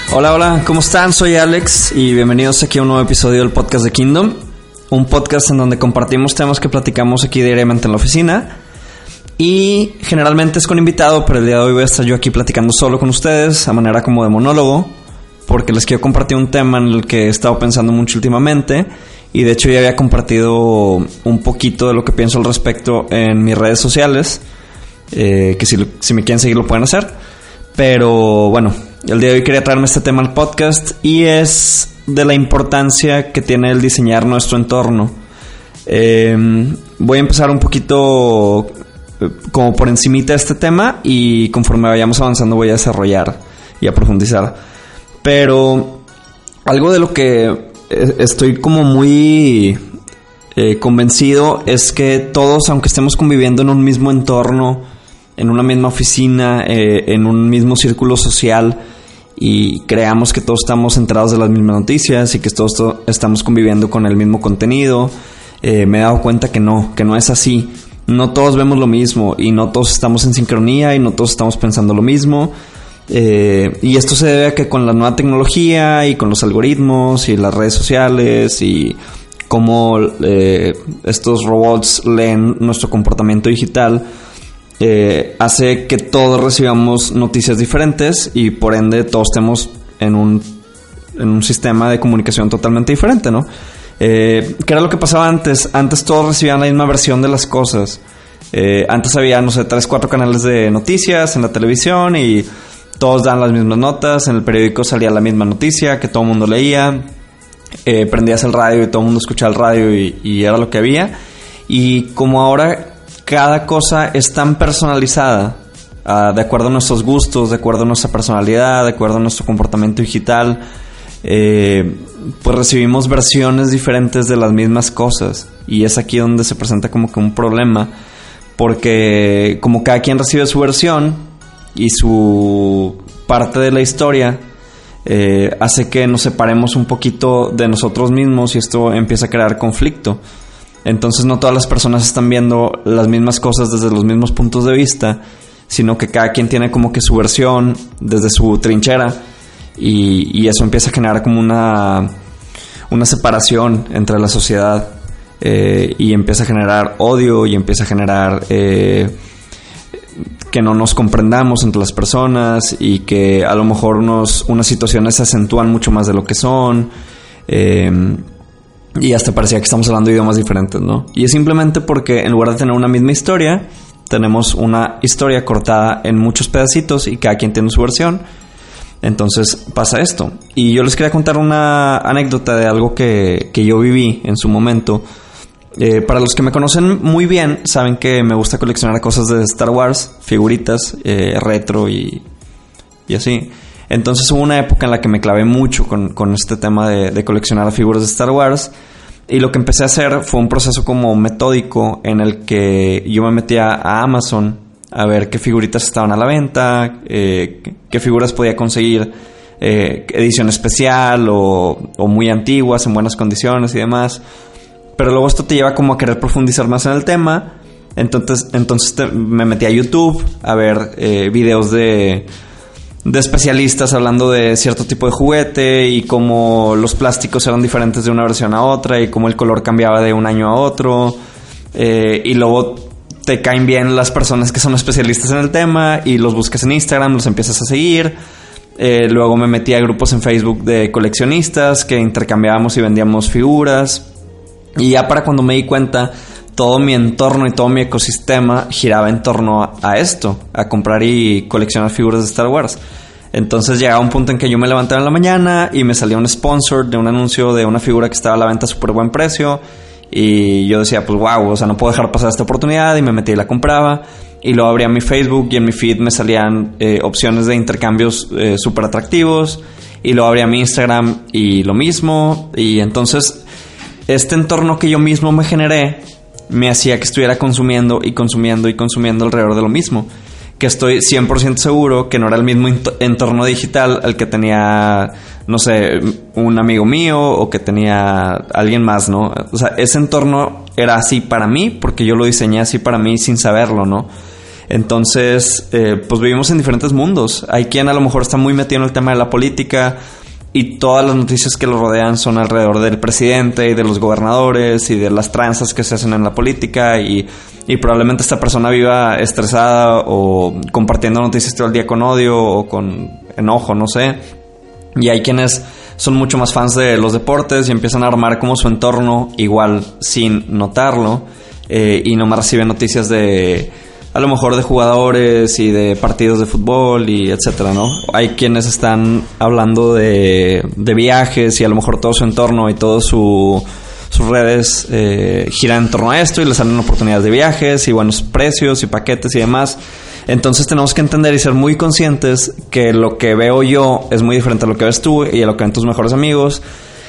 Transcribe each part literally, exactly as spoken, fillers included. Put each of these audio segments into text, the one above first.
Hola, hola, ¿cómo están? Soy Alex y bienvenidos aquí a un nuevo episodio del podcast de Kingdom. Un podcast en donde compartimos temas que platicamos aquí diariamente en la oficina. Y generalmente es con invitado, pero el día de hoy voy a estar yo aquí platicando solo con ustedes, a manera como de monólogo, porque les quiero compartir un tema en el que he estado pensando mucho últimamente. Y de hecho ya había compartido un poquito de lo que pienso al respecto en mis redes sociales, eh, que si, si me quieren seguir lo pueden hacer. Pero bueno, el día de hoy quería traerme este tema al podcast y es de la importancia que tiene el diseñar nuestro entorno. Eh, voy a empezar un poquito como por encimita de este tema y conforme vayamos avanzando voy a desarrollar y a profundizar. Pero algo de lo que estoy como muy eh, convencido es que todos, aunque estemos conviviendo en un mismo entorno, en una misma oficina, eh, en un mismo círculo social, y creamos que todos estamos enterados de las mismas noticias y que todos to- estamos conviviendo con el mismo contenido, eh, me he dado cuenta que no, que no es así. No todos vemos lo mismo y no todos estamos en sincronía y no todos estamos pensando lo mismo. Eh, y esto se debe a que con la nueva tecnología y con los algoritmos y las redes sociales y cómo eh, estos robots leen nuestro comportamiento digital, Eh, hace que todos recibamos noticias diferentes y por ende todos estemos en un, en un sistema de comunicación totalmente diferente, ¿no? Eh, ¿Qué era lo que pasaba antes? Antes todos recibían la misma versión de las cosas. Eh, antes había, no sé, tres, cuatro canales de noticias en la televisión y todos dan las mismas notas. En el periódico salía la misma noticia que todo el mundo leía. Eh, prendías el radio y todo el mundo escuchaba el radio y, y era lo que había. Y como ahora cada cosa es tan personalizada, uh, de acuerdo a nuestros gustos, de acuerdo a nuestra personalidad, de acuerdo a nuestro comportamiento digital, eh, pues recibimos versiones diferentes de las mismas cosas. Y es aquí donde se presenta como que un problema, porque como cada quien recibe su versión y su parte de la historia, eh, hace que nos separemos un poquito de nosotros mismos y esto empieza a crear conflicto. Entonces no todas las personas están viendo las mismas cosas desde los mismos puntos de vista, sino que cada quien tiene como que su versión desde su trinchera y, y eso empieza a generar como una, una separación entre la sociedad, eh, y empieza a generar odio y empieza a generar eh, que no nos comprendamos entre las personas y que a lo mejor unos, unas situaciones se acentúan mucho más de lo que son. Eh, Y hasta parecía que estamos hablando de idiomas diferentes, ¿no? Y es simplemente porque en lugar de tener una misma historia, tenemos una historia cortada en muchos pedacitos y cada quien tiene su versión. Entonces pasa esto. Y yo les quería contar una anécdota de algo que, que yo viví en su momento. Eh, para los que me conocen muy bien, saben que me gusta coleccionar cosas de Star Wars, figuritas, eh, retro y, y así. Entonces hubo una época en la que me clavé mucho con, con este tema de, de coleccionar figuras de Star Wars. Y lo que empecé a hacer fue un proceso como metódico en el que yo me metía a Amazon a ver qué figuritas estaban a la venta, eh, qué, qué figuras podía conseguir, eh, edición especial o, o muy antiguas en buenas condiciones y demás. Pero luego esto te lleva como a querer profundizar más en el tema. Entonces, entonces te, me metí a YouTube a ver eh, videos de... de especialistas hablando de cierto tipo de juguete y cómo los plásticos eran diferentes de una versión a otra y cómo el color cambiaba de un año a otro, eh, y luego te caen bien las personas que son especialistas en el tema y los buscas en Instagram, los empiezas a seguir. Eh, luego me metí a grupos en Facebook de coleccionistas que intercambiábamos y vendíamos figuras y ya para cuando me di cuenta todo mi entorno y todo mi ecosistema giraba en torno a, a esto, a comprar y coleccionar figuras de Star Wars. Entonces llegaba un punto en que yo me levantaba en la mañana y me salía un sponsor de un anuncio de una figura que estaba a la venta a súper buen precio y yo decía, pues wow, o sea, no puedo dejar pasar esta oportunidad, y me metí y la compraba. Y luego abría mi Facebook y en mi feed me salían eh, opciones de intercambios eh, súper atractivos, y luego abría mi Instagram y lo mismo. Y entonces este entorno que yo mismo me generé me hacía que estuviera consumiendo y consumiendo y consumiendo alrededor de lo mismo, que estoy cien por ciento seguro que no era el mismo entorno digital al que tenía, no sé, un amigo mío o que tenía alguien más, ¿no? O sea, ese entorno era así para mí porque yo lo diseñé así para mí sin saberlo, ¿no? Entonces, eh, pues vivimos en diferentes mundos. Hay quien a lo mejor está muy metido en el tema de la política y todas las noticias que lo rodean son alrededor del presidente y de los gobernadores y de las tranzas que se hacen en la política, y, y probablemente esta persona viva estresada o compartiendo noticias todo el día con odio o con enojo, no sé. Y hay quienes son mucho más fans de los deportes y empiezan a armar como su entorno igual sin notarlo, eh, y nomás reciben noticias de... a lo mejor de jugadores y de partidos de fútbol y etcétera, ¿no? Hay quienes están hablando de, de viajes y a lo mejor todo su entorno y todo su, sus redes eh, giran en torno a esto y les salen oportunidades de viajes y buenos precios y paquetes y demás. Entonces tenemos que entender y ser muy conscientes que lo que veo yo es muy diferente a lo que ves tú y a lo que ven tus mejores amigos.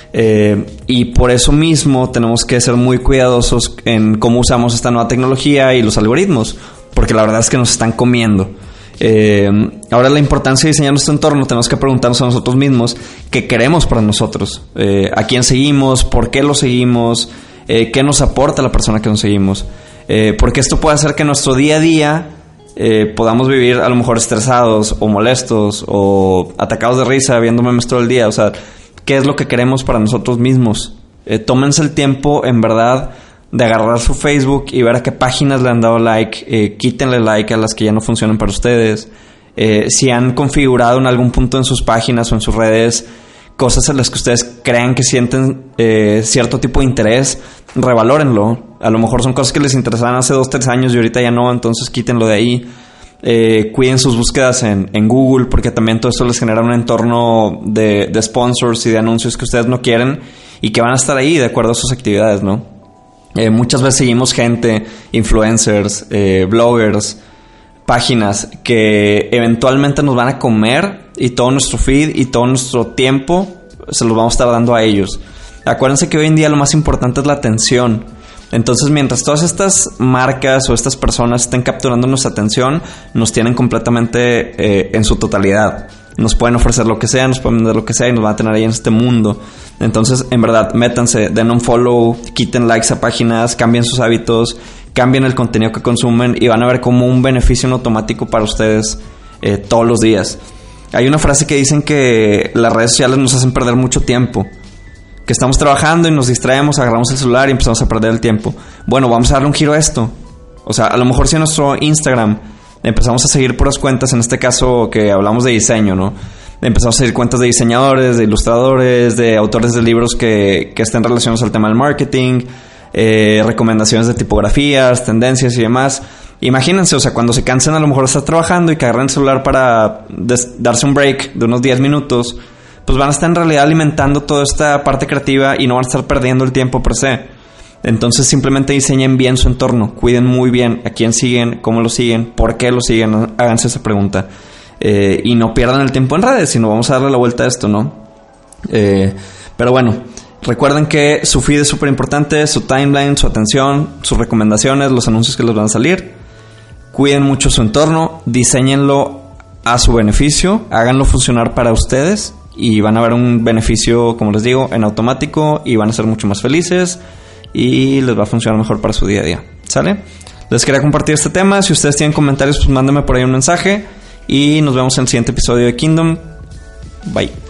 Eh, y por eso mismo tenemos que ser muy cuidadosos en cómo usamos esta nueva tecnología y los algoritmos, porque la verdad es que nos están comiendo. Eh, ahora, la importancia de diseñar nuestro entorno, tenemos que preguntarnos a nosotros mismos qué queremos para nosotros, eh, a quién seguimos, por qué lo seguimos, eh, qué nos aporta la persona que nos seguimos, eh, porque esto puede hacer que nuestro día a día eh, podamos vivir a lo mejor estresados o molestos o atacados de risa viendo memes todo el día. O sea, ¿qué es lo que queremos para nosotros mismos? Eh, tómense el tiempo, en verdad, de agarrar su Facebook y ver a qué páginas le han dado like. Eh, quítenle like a las que ya no funcionan para ustedes. Eh, si han configurado en algún punto en sus páginas o en sus redes cosas en las que ustedes crean que sienten eh, cierto tipo de interés, revalórenlo. A lo mejor son cosas que les interesaban hace dos, tres años y ahorita ya no, entonces quítenlo de ahí. Eh, cuiden sus búsquedas en, en Google, porque también todo eso les genera un entorno de, de sponsors y de anuncios que ustedes no quieren y que van a estar ahí de acuerdo a sus actividades, ¿no? Eh, muchas veces seguimos gente, influencers, eh, bloggers, páginas que eventualmente nos van a comer y todo nuestro feed y todo nuestro tiempo se los vamos a estar dando a ellos. Acuérdense que hoy en día lo más importante es la atención. Entonces, mientras todas estas marcas o estas personas estén capturando nuestra atención, nos tienen completamente eh, en su totalidad. Nos pueden ofrecer lo que sea, nos pueden vender lo que sea y nos van a tener ahí en este mundo. Entonces, en verdad, métanse, den un follow, quiten likes a páginas, cambien sus hábitos, cambien el contenido que consumen y van a ver como un beneficio en automático para ustedes eh, todos los días. Hay una frase que dicen que las redes sociales nos hacen perder mucho tiempo. Que estamos trabajando y nos distraemos, agarramos el celular y empezamos a perder el tiempo. Bueno, vamos a darle un giro a esto. O sea, a lo mejor si en nuestro Instagram empezamos a seguir puras cuentas, en este caso que hablamos de diseño, ¿no? Empezamos a seguir cuentas de diseñadores, de ilustradores, de autores de libros que, que estén relacionados al tema del marketing, eh, recomendaciones de tipografías, tendencias y demás. Imagínense, o sea, cuando se cansen a lo mejor de estar trabajando y que agarren el celular para des- darse un break de unos diez minutos, pues van a estar en realidad alimentando toda esta parte creativa y no van a estar perdiendo el tiempo per se. Entonces simplemente diseñen bien su entorno, cuiden muy bien a quién siguen, cómo lo siguen, por qué lo siguen, háganse esa pregunta. Eh, y no pierdan el tiempo en redes, sino vamos a darle la vuelta a esto, ¿no? Eh, pero bueno, recuerden que su feed es súper importante, su timeline, su atención, sus recomendaciones, los anuncios que les van a salir. Cuiden mucho su entorno, diseñenlo a su beneficio, háganlo funcionar para ustedes y van a ver un beneficio, como les digo, en automático y van a ser mucho más felices y les va a funcionar mejor para su día a día. ¿Sale? Les quería compartir este tema. Si ustedes tienen comentarios, pues mándenme por ahí un mensaje y nos vemos en el siguiente episodio de Kingdom. Bye.